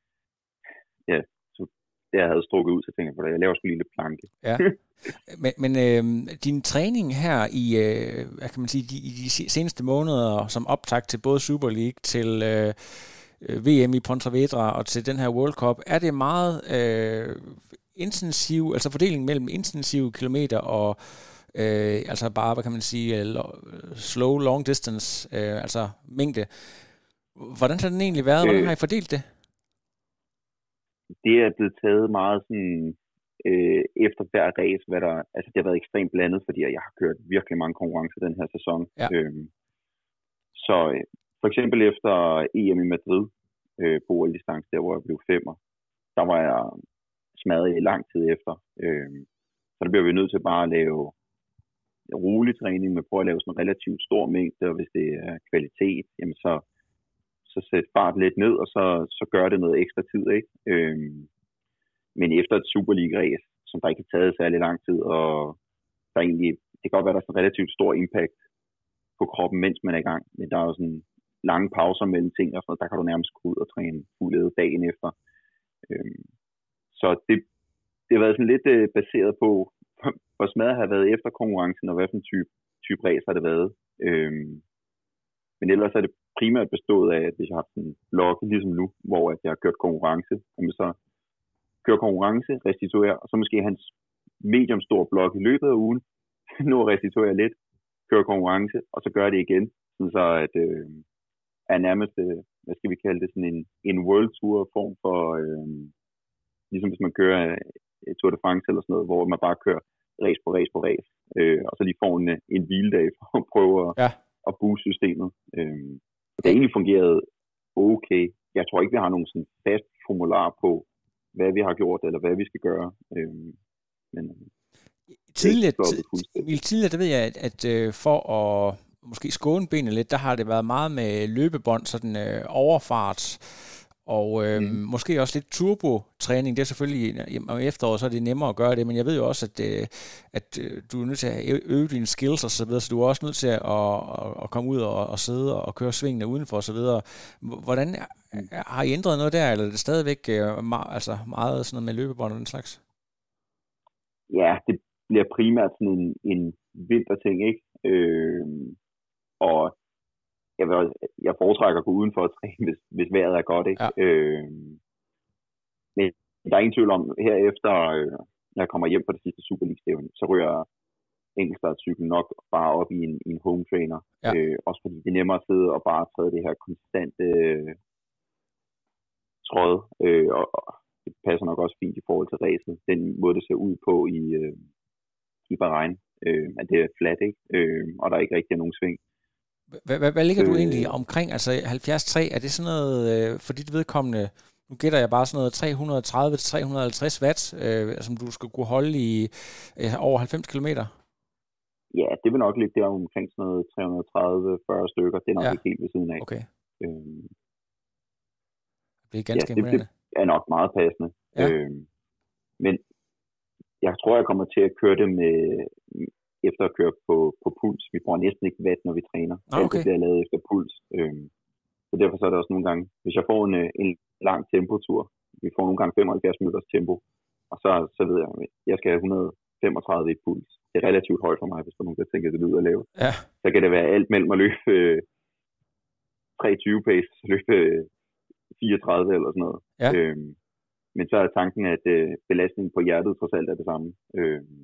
Ja, så det jeg havde strukket ud, så tænkte jeg, jeg laver sgu lige lidt planke. Ja. Men, men øh, din træning her i, øh, hvad kan man sige, de, i de seneste måneder som optakt til både Super League, til øh, V M i Pontevedra og til den her World Cup, er det meget øh, intensiv, altså fordelingen mellem intensive kilometer og øh, altså bare, hvad kan man sige, slow long distance, øh, altså mængde. Hvordan har den egentlig været? Hvordan har I fordelt det? Det er blevet taget meget sådan øh, efter hver race, hvad der, altså det har været ekstremt blandet, fordi jeg har kørt virkelig mange konkurrencer den her sæson. Ja. Øhm, så øh, for eksempel efter E M i Madrid øh, på O L-distance, der hvor jeg blev femmer, der var jeg smadret i lang tid efter. Øhm, så der bliver vi nødt til bare at lave rolig træning, men prøve at lave sådan en relativt stor mængde, og hvis det er kvalitet, jamen så så sæt fart lidt ned, og så, så gør det noget ekstra tid, ikke? Øhm, men efter et Super League-race, som der ikke har taget særlig lang tid, og der egentlig, det kan godt være, der er sådan en relativt stor impact på kroppen, mens man er i gang, men der er jo sådan lange pauser mellem ting, og sådan noget, der kan du nærmest gå ud og træne fuldt dagen efter. Øhm, så det, det har været sådan lidt øh, baseret på, hvor smadret har været efter konkurrencen, og hvad for en type, type race har det været. Øhm, men ellers er det primært bestået af, at hvis jeg har haft en blok, ligesom nu, hvor at jeg har kørt konkurrence, og så kører konkurrence, restituerer, og så måske hans medium stor blok i løbet af ugen, nu restituerer lidt, kører konkurrence, og så gør det igen, så at øh, er nærmest, øh, hvad skal vi kalde det, sådan en, en world tour form for, øh, ligesom hvis man kører et Tour de France eller sådan noget, hvor man bare kører race på race på race, øh, og så lige får en, en hviledag for at prøve at, ja. at booste systemet. Øh, Det har egentlig fungeret okay. Jeg tror ikke, vi har nogen sådan fast formular på, hvad vi har gjort, eller hvad vi skal gøre. Øhm, men, tidligere, t- tidligere, der ved jeg, at, at for at måske skåne benene lidt, der har det været meget med løbebånd, sådan øh, overfart, og øh, mm. måske også lidt turbo-træning. Det er selvfølgelig, om efteråret så er det nemmere at gøre det, men jeg ved jo også, at, øh, at du er nødt til at øve dine skills og så videre, så du er også nødt til at, at, at komme ud og, og sidde og køre svingene udenfor og så videre. Hvordan har I ændret noget der, eller er det stadigvæk meget, altså meget sådan noget med løbebånd og den slags? Ja, det bliver primært sådan en, en vinterting, ikke? Øh, og Jeg, vil, jeg foretrækker at gå udenfor at træne, hvis, hvis vejret er godt, ikke? Ja. Øh, men der er ingen tvivl om, herefter, øh, når jeg kommer hjem på det sidste Super League-stævne, så ryger enkeltstartcyklen nok bare op i en, i en home trainer. Ja. Øh, også fordi det er nemmere at sidde og bare træde det her konstante øh, tråd, øh, og, og det passer nok også fint i forhold til racet. Den måde, det ser ud på i, øh, i Bahrain, øh, at det er fladt, ikke? Øh, og der er ikke rigtig nogen sving. Hvad, hvad, hvad ligger du egentlig omkring? Altså halvfjerds tre, er det sådan noget øh, for dit vedkommende, nu gætter jeg bare sådan noget tre hundrede og tredive til tre hundrede og halvtreds watt, øh, som du skal kunne holde i øh, over halvfems kilometer. Ja, det vil nok ligge der omkring sådan noget tre hundrede og tredive til fyrre stykker. Det er nok ja. ikke helt ved siden af. Okay. Øhm, det er ganske ja, det, det er nok meget passende. Ja. Øhm, men jeg tror, jeg kommer til at køre det med, efter at køre på, på puls. Vi bruger næsten ikke watt, når vi træner. Ah, okay. Det bliver lavet efter puls. Øhm, så derfor så er det også nogle gange, hvis jeg får en, en lang tempotur, vi får nogle gange femoghalvfjerds minutters tempo, og så, så ved jeg, at jeg skal have et hundrede og femogtredive i puls. Det er relativt højt for mig, hvis der er nogen, der tænker, at det lyder lavt. Ja. Så kan det være alt mellem at løbe øh, tre tyve pace, løbe øh, fireogtredive eller sådan noget. Ja. Øhm, men så er tanken, at øh, belastningen på hjertet trods alt er det samme. Øhm,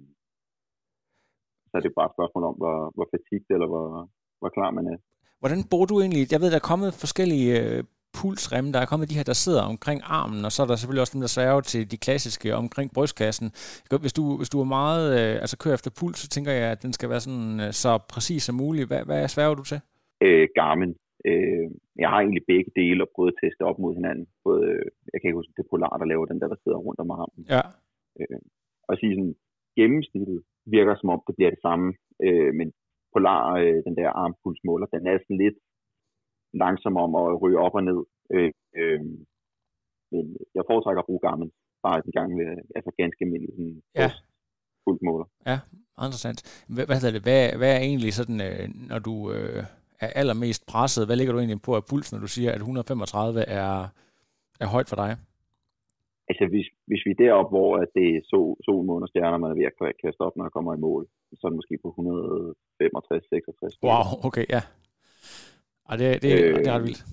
så er det bare et spørgsmål om, hvor, hvor fatiguet eller hvor, hvor klar man er. Hvordan bruger du egentlig? Jeg ved, der er kommet forskellige øh, pulsremme. Der er kommet de her, der sidder omkring armen, og så er der selvfølgelig også dem, der sværger til de klassiske omkring brystkassen. Hvis du, hvis du er meget, øh, altså kører efter puls, så tænker jeg, at den skal være sådan øh, så præcis som muligt. Hvad, hvad sværger du til? Øh, Garmin. Øh, jeg har egentlig begge dele og prøvet at teste op mod hinanden. Både, jeg kan ikke huske, det er Polar, der laver den der, der sidder rundt om armen. Ja. Øh, og sige sådan, gennemsnittet virker som om, det bliver det samme. Øh, men Polar, øh, den der armpulsmåler, den er sådan lidt langsom om at ryge op og ned. Øh, øh, men jeg foretrækker at bruge Garmin. Bare en gang med, altså ganske almindelig sådan ja. pulsmåler. Ja, interessant. Hvad, hvad, det? Hvad, hvad er egentlig sådan, øh, når du øh, er allermest presset, hvad ligger du egentlig på af puls, når du siger, at et hundrede og femogtredive er, er højt for dig? Altså, hvis, hvis vi er deroppe, hvor at det er sol, sol, måne og stjerner, man er ved at kaste op, når jeg kommer i mål, så er det måske på et hundrede og femogtres til seksogtres. Wow, okay, ja. Og det, det, øh, det er ret vildt.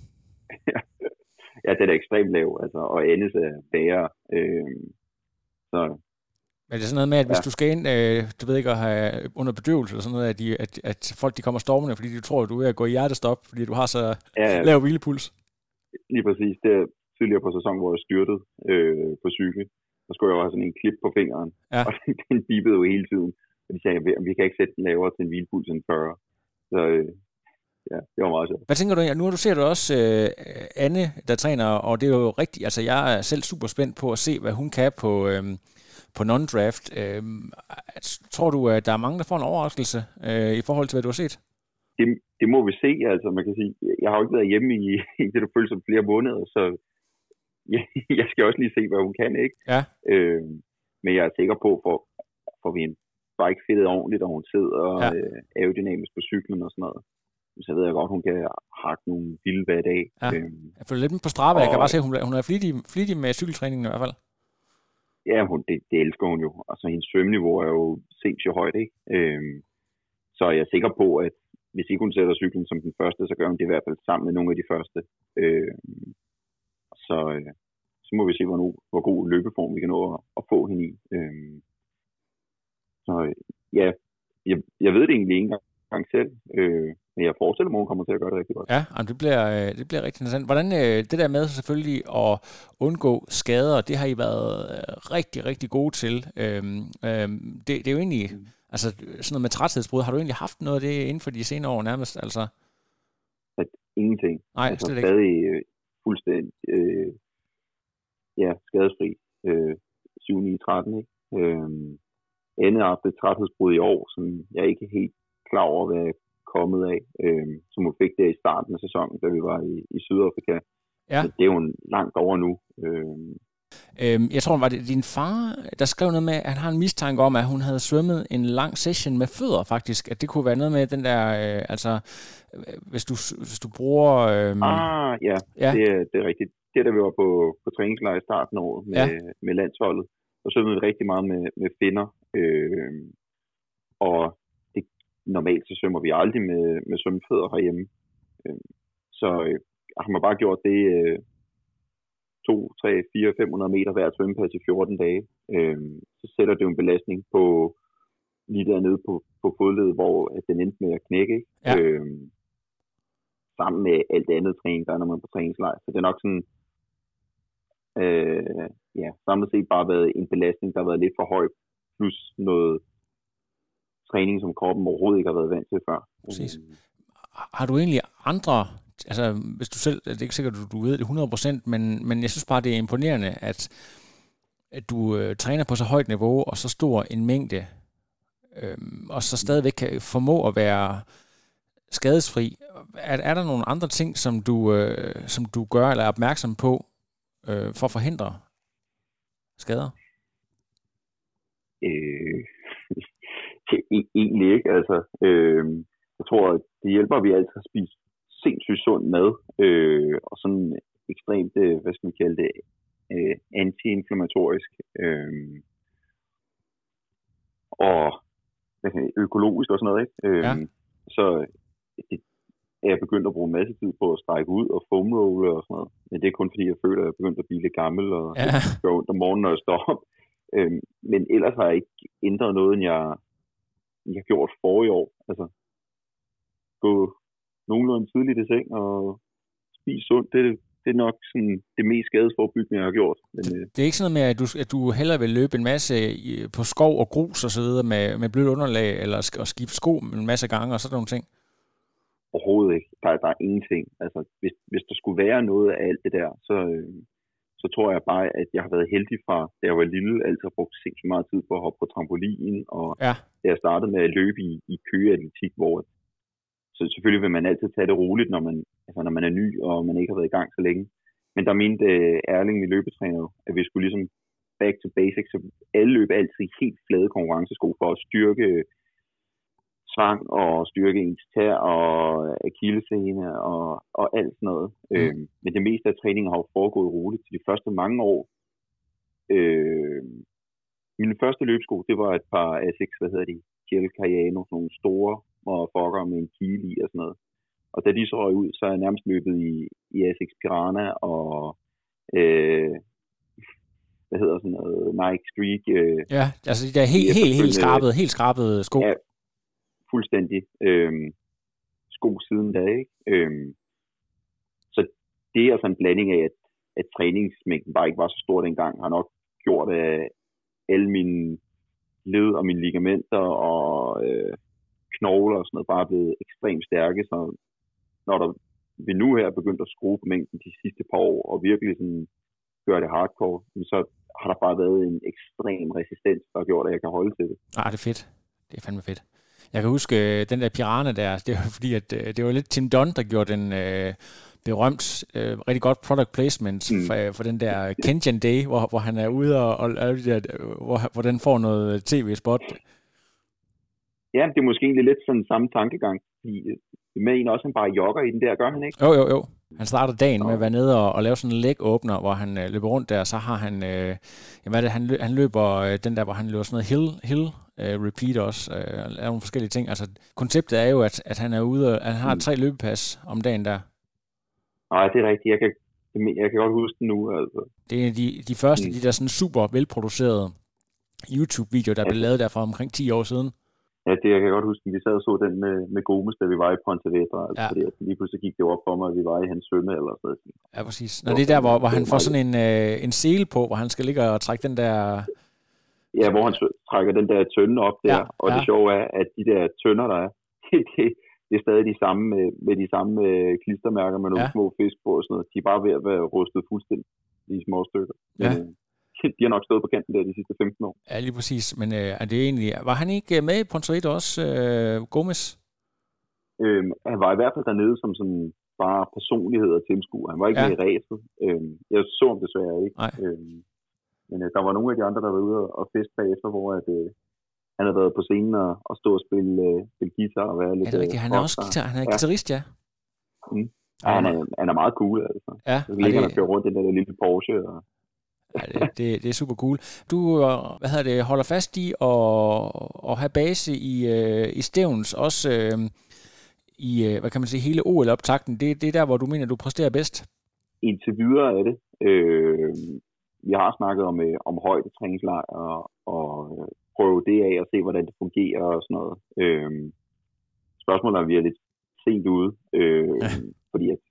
Ja, det er ekstremt lav, altså, og Annes er bære. Øh, så. Men det er sådan noget med, at hvis ja. du skal ind, øh, du ved ikke, at have under bedøvelse eller sådan noget, at, de, at, at folk de kommer stormende, fordi de tror, at du er ved at gå i hjertestop, fordi du har så ja, ja. lav hvilepuls. Lige præcis. Det er tidligere på sæsonen, hvor jeg styrtede øh, på cykel. Så skulle jeg jo have sådan en klip på fingeren, ja. og den bippede jo hele tiden. Og de sagde, at vi kan ikke sætte den lavere til en hvilepuls end fyrre. Så øh, ja, det var meget sjovt. Hvad tænker du? Nu du ser du også øh, Anne, der træner, og det er jo rigtigt, altså jeg er selv super spændt på at se, hvad hun kan på, øh, på non-draft. Øh, tror du, at der er mange, der får en overraskelse øh, i forhold til, hvad du har set? Det, det må vi se, altså man kan sige, jeg har jo ikke været hjemme i, i det, der føles som flere måneder, så jeg, jeg skal også lige se, hvad hun kan, ikke? Ja. Øh, men jeg er sikker på, for, for vi bare ikke fedtet ordentligt, og hun sidder ja. øh, aerodynamisk på cyklen og sådan noget. Så ved jeg godt, hun kan hakke nogle vilde hver dag. Ja. Øhm, jeg følger lidt på Strava. Og jeg kan bare se, at hun, hun er flittig, flittig med cykeltræningen i hvert fald. Ja, hun, det, det elsker hun jo. Altså, hendes svømmeniveau er jo sindssygt højt, ikke? Øhm, så jeg er sikker på, at hvis ikke hun sætter cyklen som den første, så gør hun det i hvert fald sammen med nogle af de første. Øhm, så, så må vi se, hvor, nu, hvor god løbeform vi kan nå at, at få hende i. Øhm, så ja, jeg, jeg ved det egentlig ikke engang selv. Øh, Men jeg forestiller mig, at hun kommer til at gøre det rigtig godt. Ja, det bliver, det bliver rigtig interessant. Hvordan det der med selvfølgelig at undgå skader, det har I været rigtig, rigtig gode til. Øhm, øhm, det, det er jo egentlig, mm. altså sådan noget med træthedsbrud, har du egentlig haft noget af det inden for de senere år nærmest? Altså? At ingenting. Nej, altså, slet ikke. Stadig øh, fuldstændig øh, ja, skadesfri. Øh, syv ni tretten, ikke? Øh, Anne har haft et træthedsbrud i år, som jeg ikke er helt klar over, hvad kommet af, øh, som hun fik der i starten af sæsonen, da vi var i, i Sydafrika. Ja. Det er jo langt over nu. Øh. Øhm, jeg tror, var det din far, der skrev noget med, at han har en mistanke om, at hun havde svømmet en lang session med fødder, faktisk. At det kunne være noget med den der, øh, altså, hvis du, hvis du bruger... Øh... Ah, ja, ja. Det, er, det er rigtigt. Det er, da vi var på, på træningslejr i starten af året med, ja. med landsholdet. Så svømmede vi rigtig meget med, med finner. Øh, og normalt så svømmer vi aldrig med, med svømmefødder herhjemme. Så øh, har man bare gjort det øh, to, tre, fire, fem hundrede meter hver svømmepas i fjorten dage. Øh, så sætter det jo en belastning på lige dernede på, på fodledet, hvor at den endte med at knække. Ja. Øh, sammen med alt andet træning, der er, når man er på træningslejr. Så det er nok sådan, øh, ja, samlet set bare været en belastning, der har været lidt for høj, plus noget træning, som kroppen overhovedet ikke har været vant til før. Præcis. Har du egentlig andre altså, hvis du selv, det er ikke sikkert, at du ved det hundrede procent, men, men jeg synes bare, det er imponerende, at, at du øh, træner på så højt niveau, og så stor en mængde, øh, og så stadigvæk kan formå at være skadesfri. Er, er der nogle andre ting, som du, øh, som du gør, eller er opmærksom på, øh, for at forhindre skader? Øh, egentlig ikke, altså. Øh, jeg tror, at det hjælper, at vi altid har spist sindssygt sund mad, øh, og sådan ekstremt, øh, hvad skal vi kalde det, øh, anti-inflammatorisk, øh, og hvad kan jeg, økologisk og sådan noget, ikke? Øh, ja. Så det er jeg begyndt at bruge en masse tid på at strække ud og foamrolle og sådan noget, men det er kun fordi, jeg føler, at jeg er begyndt at blive lidt gammel, og ja. Gør ondt om morgenen, når jeg står op. Øh, men ellers har jeg ikke ændret noget, end jeg, jeg har gjort forrige år, altså gå nogenlunde tidligt i seng og spise sundt, det, det er nok sådan det mest skadesforebyggende, jeg har gjort. Men, øh. Det er ikke sådan noget med, at du, at du hellere vil løbe en masse på skov og grus og så videre med, med blødt underlag, eller at skifte sko en masse gange og sådan nogle ting? Overhovedet ikke. Der, der er ingenting. Altså, hvis, hvis der skulle være noget af alt det der, så, øh, så tror jeg bare, at jeg har været heldig fra, da jeg var lille, altid har brugt sindssygt meget tid på at hoppe på trampolin, og ja. Da jeg startede med at løbe i, i køgeatletik, hvor så selvfølgelig vil man altid tage det roligt, når man, altså når man er ny, og man ikke har været i gang så længe. Men der mente uh, Erling, min løbetræner, at vi skulle ligesom back to basics, så alle løb altid helt flade konkurrencesko for at styrke svang og styrke ens tær og akillessene og, og alt sådan noget. Mm. Øh, men det meste af træningen har jo foregået roligt. Til de første mange år, øh, mine første løbsko, det var et par Asics, hvad hedder de, Gel Cayano, sådan nogle store og fokker med en kile i og sådan noget. Og da de så røg ud, så er jeg nærmest løbet i, i Asics Piranha og øh, hvad hedder sådan noget, Nike Streak. Øh, ja, altså de der helt, helt, helt skrabede, helt skrabede sko. Ja, fuldstændig øh, sko siden da, ikke? Øh, så det er altså en blanding af, at, at træningsmængden bare ikke var så stor dengang, har nok gjort, at alle mine led og mine ligamenter og øh, knogler og sådan noget bare er blevet ekstremt stærke, så når der vi nu her er begyndt at skrue på mængden de sidste par år, og virkelig sådan gøre det hardcore, så har der bare været en ekstrem resistens, der har gjort, at jeg kan holde til det. Ah, det er fedt. Det er fandme fedt. Jeg kan huske, den der Piranha der, det var fordi, at det var lidt Tim Dunn, der gjorde den øh, berømt, øh, rigtig godt product placement mm. for, for den der Kenyan Day, hvor, hvor han er ude og, og, og der, hvor, hvor den får noget tv-spot. Ja, det er måske egentlig lidt sådan samme tankegang. Med en også, han bare jogger i den der, gør han ikke? Jo, jo, jo. Han starter dagen med at være nede og, og lave sådan en leg-åbner, hvor han øh, løber rundt der, så har han, øh, jamen, hvad er det, han, løb, han løber øh, den der, hvor han løber sådan noget hill, hill øh, repeat også, øh, og laver nogle forskellige ting. Altså, konceptet er jo, at, at han er ude, og han har mm. tre løbepas om dagen der. Nej, det er rigtigt. Jeg kan, jeg kan godt huske den nu, altså. Det er de, de første, mm. de der sådan super velproducerede YouTube-videoer, der blev lavet der for omkring ti år siden. Ja, det jeg kan godt huske, vi sad og så den med, med Gomes, da vi var i Pontevedra, altså, ja. Fordi at lige pludselig gik det op for mig, at vi var i hans svømme eller sådan noget. Ja, præcis. Nå, det er der, hvor, hvor han får sådan en, øh, en sele på, hvor han skal ligge og trække den der... Ja, hvor han trækker den der tønde op der, ja, og ja. Det sjove er, at de der tønder, der er, det, det er stadig de samme med, med de samme øh, klistermærker med nogle ja. Små fisk på og sådan noget. De er bare ved at være rustet fuldstændig i små stykker. Ja. Men, de har nok stået på kanten der de sidste femten år. Ja, lige præcis. Men øh, er det egentlig... Var han ikke med i Pontevedra også, øh, Gomes? Øhm, han var i hvert fald dernede som sådan bare personlighed og tilskuer. Han var ikke ja. Med i ræset. Øhm, jeg så ham desværre ikke. Øhm, men øh, der var nogle af de andre, der var ude og fest bagefter, hvor at, øh, han havde været på scenen og, og stå og spille, øh, spille guitar og være lidt... Ja, det er rigtigt. Han er også guitar. Han er ja. Guitarist, ja. Mm. Ja, han, er, han er meget cool, altså. Ja. Så ligger han og kører rundt den der lille Porsche og... Ja, det, det, det er super cool. Du hvad hedder det, holder fast i at, at have base i, uh, i Stevns, også uh, i, uh, hvad kan man sige, hele O L-optakten. Det, det er der, hvor du mener, du præsterer bedst? Indtil videre er det. Øh, vi har snakket om, om højdetræningslejr og, og prøve det af og se, hvordan det fungerer og sådan noget. Øh, spørgsmålet er, om vi er lidt sent ude, øh, ja. Fordi at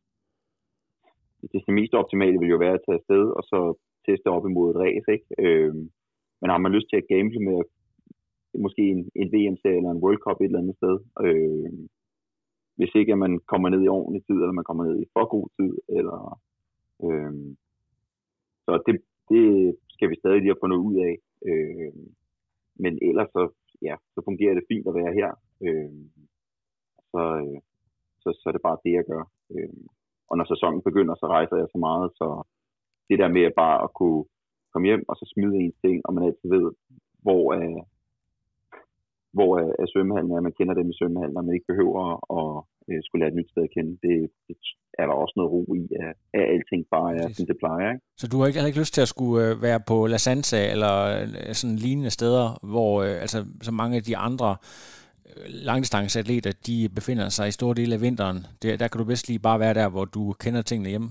det, det mest optimale vil jo være at tage afsted og så teste op imod et race, ikke? Øh, men har man lyst til at gamble med måske en, en V M-serie eller en World Cup et eller andet sted, øh, hvis ikke at man kommer ned i ordentlig tid, eller man kommer ned i for god tid, eller øh, så det, det skal vi stadig lige have fundet ud af. Øh, men ellers så, ja, så fungerer det fint at være her. Øh, så, øh, så, så er det bare det, jeg gør. Øh, og når sæsonen begynder, så rejser jeg så meget, så det der med bare at kunne komme hjem og så smide en ting, og man altid ved, hvor er, hvor er, er svømmehallen er, man kender dem i svømmehallen, og man ikke behøver at øh, skulle lære et nyt sted at kende. Det, det er der også noget ro i, at, at alting bare er, som det plejer. Ikke? Så du har ikke, ikke lyst til at skulle øh, være på La Santa eller øh, sådan lignende steder, hvor øh, altså, så mange af de andre øh, langdistanceatleter, de befinder sig i store dele af vinteren. Det, der kan du bedst lige bare være der, hvor du kender tingene hjemme.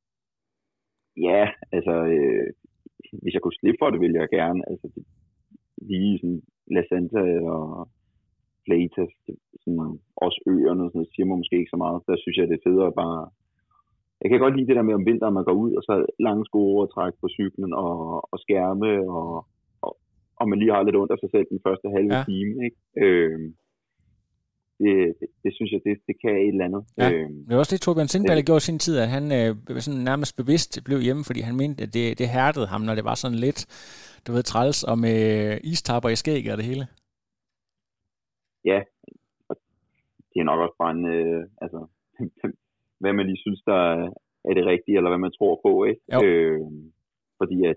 Ja, altså, øh, hvis jeg kunne slippe for det, ville jeg gerne. Altså, det, lige sådan La Santa og Fleitas, sådan, også øerne, sådan noget, siger mig måske ikke så meget. Der synes jeg, det er federe bare. Jeg kan godt lide det der med om vinteren, man går ud, og så lange skoovertræk på cyklen, og, og skærme, og, og, og man lige har lidt ondt af sig selv den første halve ja. time. Ikke? Øh, det, det, det synes jeg, det, det kan et eller andet. Ja. Øh, det var også det, Torbjørn Sindberg gjorde i sin tid, at han øh, sådan nærmest bevidst blev hjemme, fordi han mente, at det, det hærdede ham, når det var sådan lidt, du ved, træls, og med istapper i skæg og det hele. Ja, det er nok også bare en, øh, altså, hvad man lige synes, der er det rigtige, eller hvad man tror på, ikke? Øh, fordi at,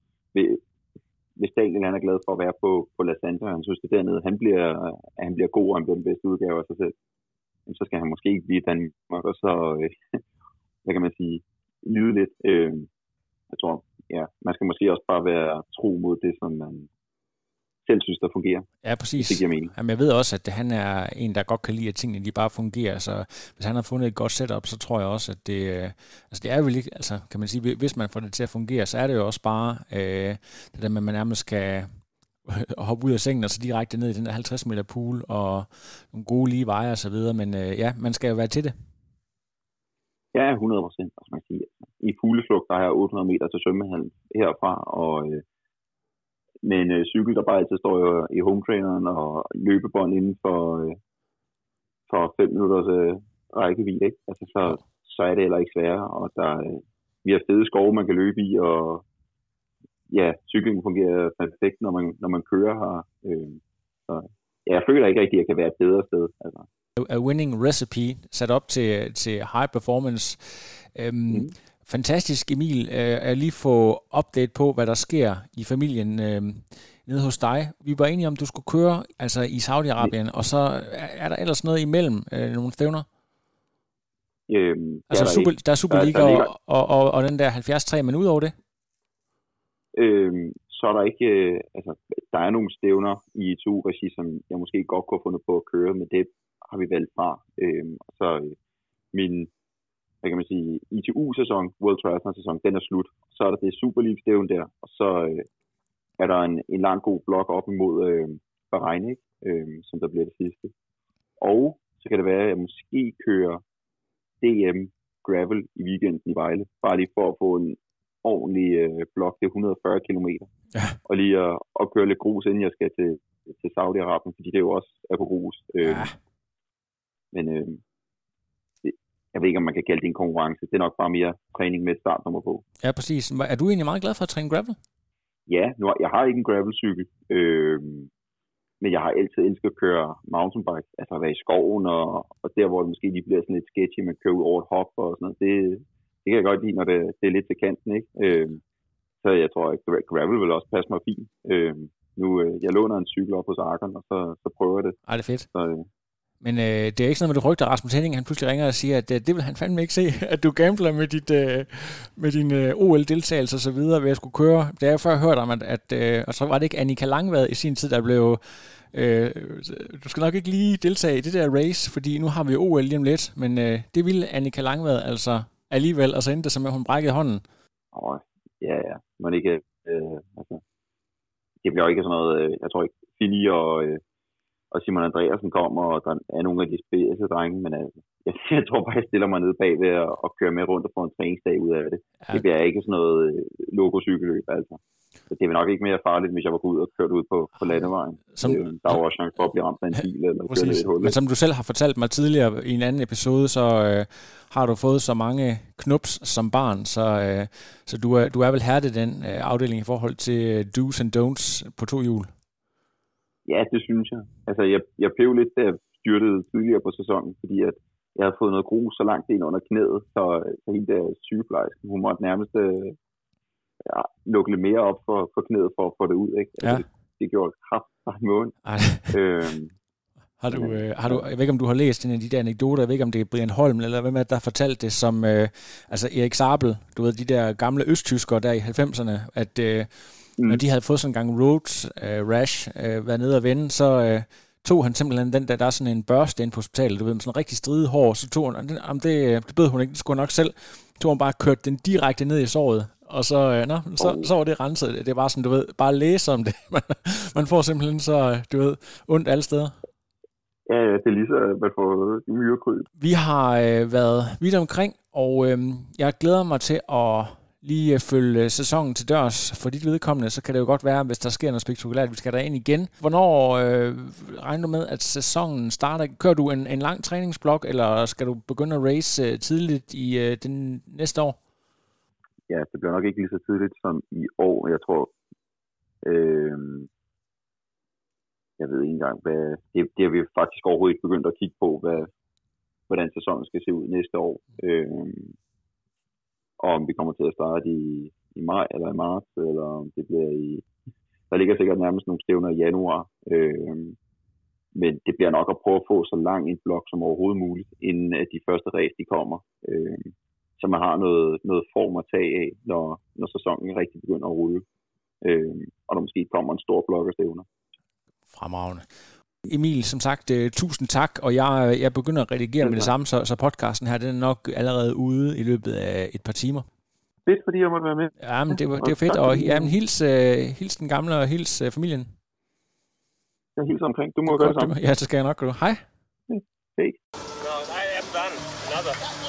hvis Daniel han er glad for at være på, på La Santa, og han synes, det dernede, han bliver, at han bliver god, og han bliver den bedste udgave af sig selv, så skal han måske ikke blive Danmark, og så, øh, hvad kan man sige, nyde lidt. Øh, jeg tror, ja, man skal måske også bare være tro mod det, som man selv synes, der fungerer. Ja, præcis. Det giver mening. Jamen, jeg ved også, at han er en, der godt kan lide, at tingene de bare fungerer, så hvis han har fundet et godt setup, så tror jeg også, at det, altså det er jo ikke, altså kan man sige, hvis man får det til at fungere, så er det jo også bare øh, det der med, at man nærmest skal hoppe ud af sengen og så direkte ned i den der halvtreds meter pool og nogle gode lige veje og så videre, men øh, ja, man skal jo være til det. Ja, hundrede procent, altså man siger. I fugleflugt, der er otte hundrede meter til svømmehallen herfra, og øh, med en øh, cykel, der bare altid står jo i hometraineren og løbebånd inden for, øh, for fem minutters øh, rækkevidde, ikke? Altså, så, så er det heller ikke sværere, og der, øh, vi har fede skove, man kan løbe i, og ja, cykling fungerer perfekt, når man, når man kører her. Øh, så ja, jeg føler ikke rigtig, at jeg kan være et bedre sted. Altså. A winning recipe sat op til, til high performance. Øhm, mm. Fantastisk, Emil. Øh, at lige få update på, hvad der sker i familien øh, nede hos dig. Vi var enige om, du skulle køre altså i Saudi-Arabien, mm. og så er, er der ellers noget imellem øh, nogle stævner? Øhm, altså, der, super, er der er Superliga der, der og, og, og, og den der halvfjerds tre, men ud over det? Øhm, så er der ikke, øh, altså, der er nogle stævner i E to regi, som jeg måske godt kunne have fundet på at køre, men det har vi valgt fra. Øhm, så øh, min, hvad kan man sige, I T U-sæson, World Triathlon-sæson, den er slut. Så er der det Super League-stævn der, og så øh, er der en, en lang god blok op imod øh, Bahrain, ikke? Øh, som der bliver det sidste. Og så kan det være, at jeg måske kører D M Gravel i weekenden i Vejle, bare lige for at få en ordentlig øh, blok, det er et hundrede og fyrre kilometer, ja. Og lige at, at køre lidt grus, inden jeg skal til, til Saudi-Arabien, fordi det jo også er på grus. Øh, ja. Men øh, det, jeg ved ikke, om man kan kalde det en konkurrence. Det er nok bare mere træning med et startnummer på. Ja, præcis. Er du egentlig meget glad for at træne gravel? Ja, nu, jeg har ikke en gravelcykel, øh, men jeg har altid elsket at køre mountainbike, altså at være i skoven, og, og der, hvor det måske lige bliver sådan lidt sketchy, man kører ud over et hop og sådan noget. Det, det kan jeg godt lide, når det, det er lidt til kanten, ikke? Øh, så jeg tror, at gravel vil også passe mig fint. Øh, nu, øh, jeg låner en cykel op hos Arkon, og så, så prøver jeg det. Ej, det er fedt. Så, øh, Men øh, det er ikke sådan noget med, du rygter, Rasmus Henning, han pludselig ringer og siger, at øh, det vil han fandme ikke se, at du gambler med, dit, øh, med din øh, O L-deltagelse og så videre, ved at skulle køre. Det har jeg før hørt om, at, at øh, og så var det ikke Annika Langvad i sin tid, der blev, øh, du skal nok ikke lige deltage i det der race, fordi nu har vi O L lige om lidt, men øh, det ville Annika Langvad altså alligevel, og så endte det som, at hun brækkede hånden. Åh, ja, ja, men ikke, øh, altså, det bliver jo ikke sådan noget, øh, jeg tror ikke, Fili og... Øh, og Simon Andreasen kommer, og der er nogle af de spidse drenge, men altså, jeg, jeg tror bare, jeg stiller mig nede bagved og, og kører med rundt og får en træningsdag ud af det. Ja. Det bliver ikke sådan noget logo-cykelløb, altså. Så det er nok ikke mere farligt, hvis jeg var gået ud og kørt ud på, på landevejen. Som, øh, der var også chance for at blive ramt af en bil eller kørt i et hul. Men som du selv har fortalt mig tidligere i en anden episode, så øh, har du fået så mange knups som barn, så, øh, så du, er, du er vel hærdet den øh, afdeling i forhold til do's and don'ts på to hjul? Ja, det synes jeg. Altså, jeg, jeg pev lidt, da jeg styrtede tidligere på sæsonen, fordi at jeg havde fået noget grus så langt ind under knæet, så, så hele der sygeplejersken, hun måtte nærmest øh, ja, lukke lidt mere op for, for knæet for at få det ud, ikke? Altså, ja. det, det gjorde kraft bare en måned. øhm, har, du, øh, har du, jeg ved ikke, om du har læst en af de der anekdoter, jeg ved ikke, om det er Brian Holm, eller hvem er det, der har fortalt det, som øh, altså Erik Sabel, du ved, de der gamle østtyskere der i halvfemserne, at øh, mm. når de havde fået sådan en gang road øh, rash, øh, været nede og vende, så øh, tog han simpelthen den der, der er sådan en børste inde på hospitalet, du ved, med sådan en rigtig stridet hår, så tog han, om det, det bød hun ikke, det skulle nok selv, tog han bare kørt den direkte ned i såret, og så, øh, nå, så, så var det renset. Det er bare sådan, du ved, bare læse om det. man, man får simpelthen så, du ved, ondt alle steder. Ja, det er lige så, man får de myrekryb. Vi har øh, været vidt omkring, og øh, jeg glæder mig til at lige følge sæsonen til dørs. For dit vedkommende, så kan det jo godt være, hvis der sker noget spektakulært, vi skal derind igen. Hvornår øh, regner du med, at sæsonen starter? Kører du en, en lang træningsblok, eller skal du begynde at race øh, tidligt i øh, den næste år? Ja, det bliver nok ikke lige så tidligt som i år. Jeg tror, øh, jeg ved ikke engang, hvad, det, det har vi faktisk overhovedet ikke begyndt at kigge på, hvad, hvordan sæsonen skal se ud næste år. Øh, og om vi kommer til at starte i, i maj eller i marts, eller om det bliver i... Der ligger sikkert nærmest nogle stævner i januar. Øh, men det bliver nok at prøve at få så lang en blok som overhovedet muligt, inden at de første race de kommer. Øh, så man har noget, noget form at tage af, når, når sæsonen rigtig begynder at rulle. Øh, og der måske kommer en stor blok af stævner. Fremragende. Emil, som sagt, uh, tusind tak, og jeg, jeg begynder at redigere med det samme, så, så podcasten her, den er nok allerede ude i løbet af et par timer. Fedt, fordi jeg måtte være med. Ja, men det var, det var fedt, og jamen, hils, uh, hils den gamle og hils uh, familien. Jeg hilser omkring. Du må gøre det samme. Ja, så skal jeg nok gøre. Hej. Hej. No, I am done. Another.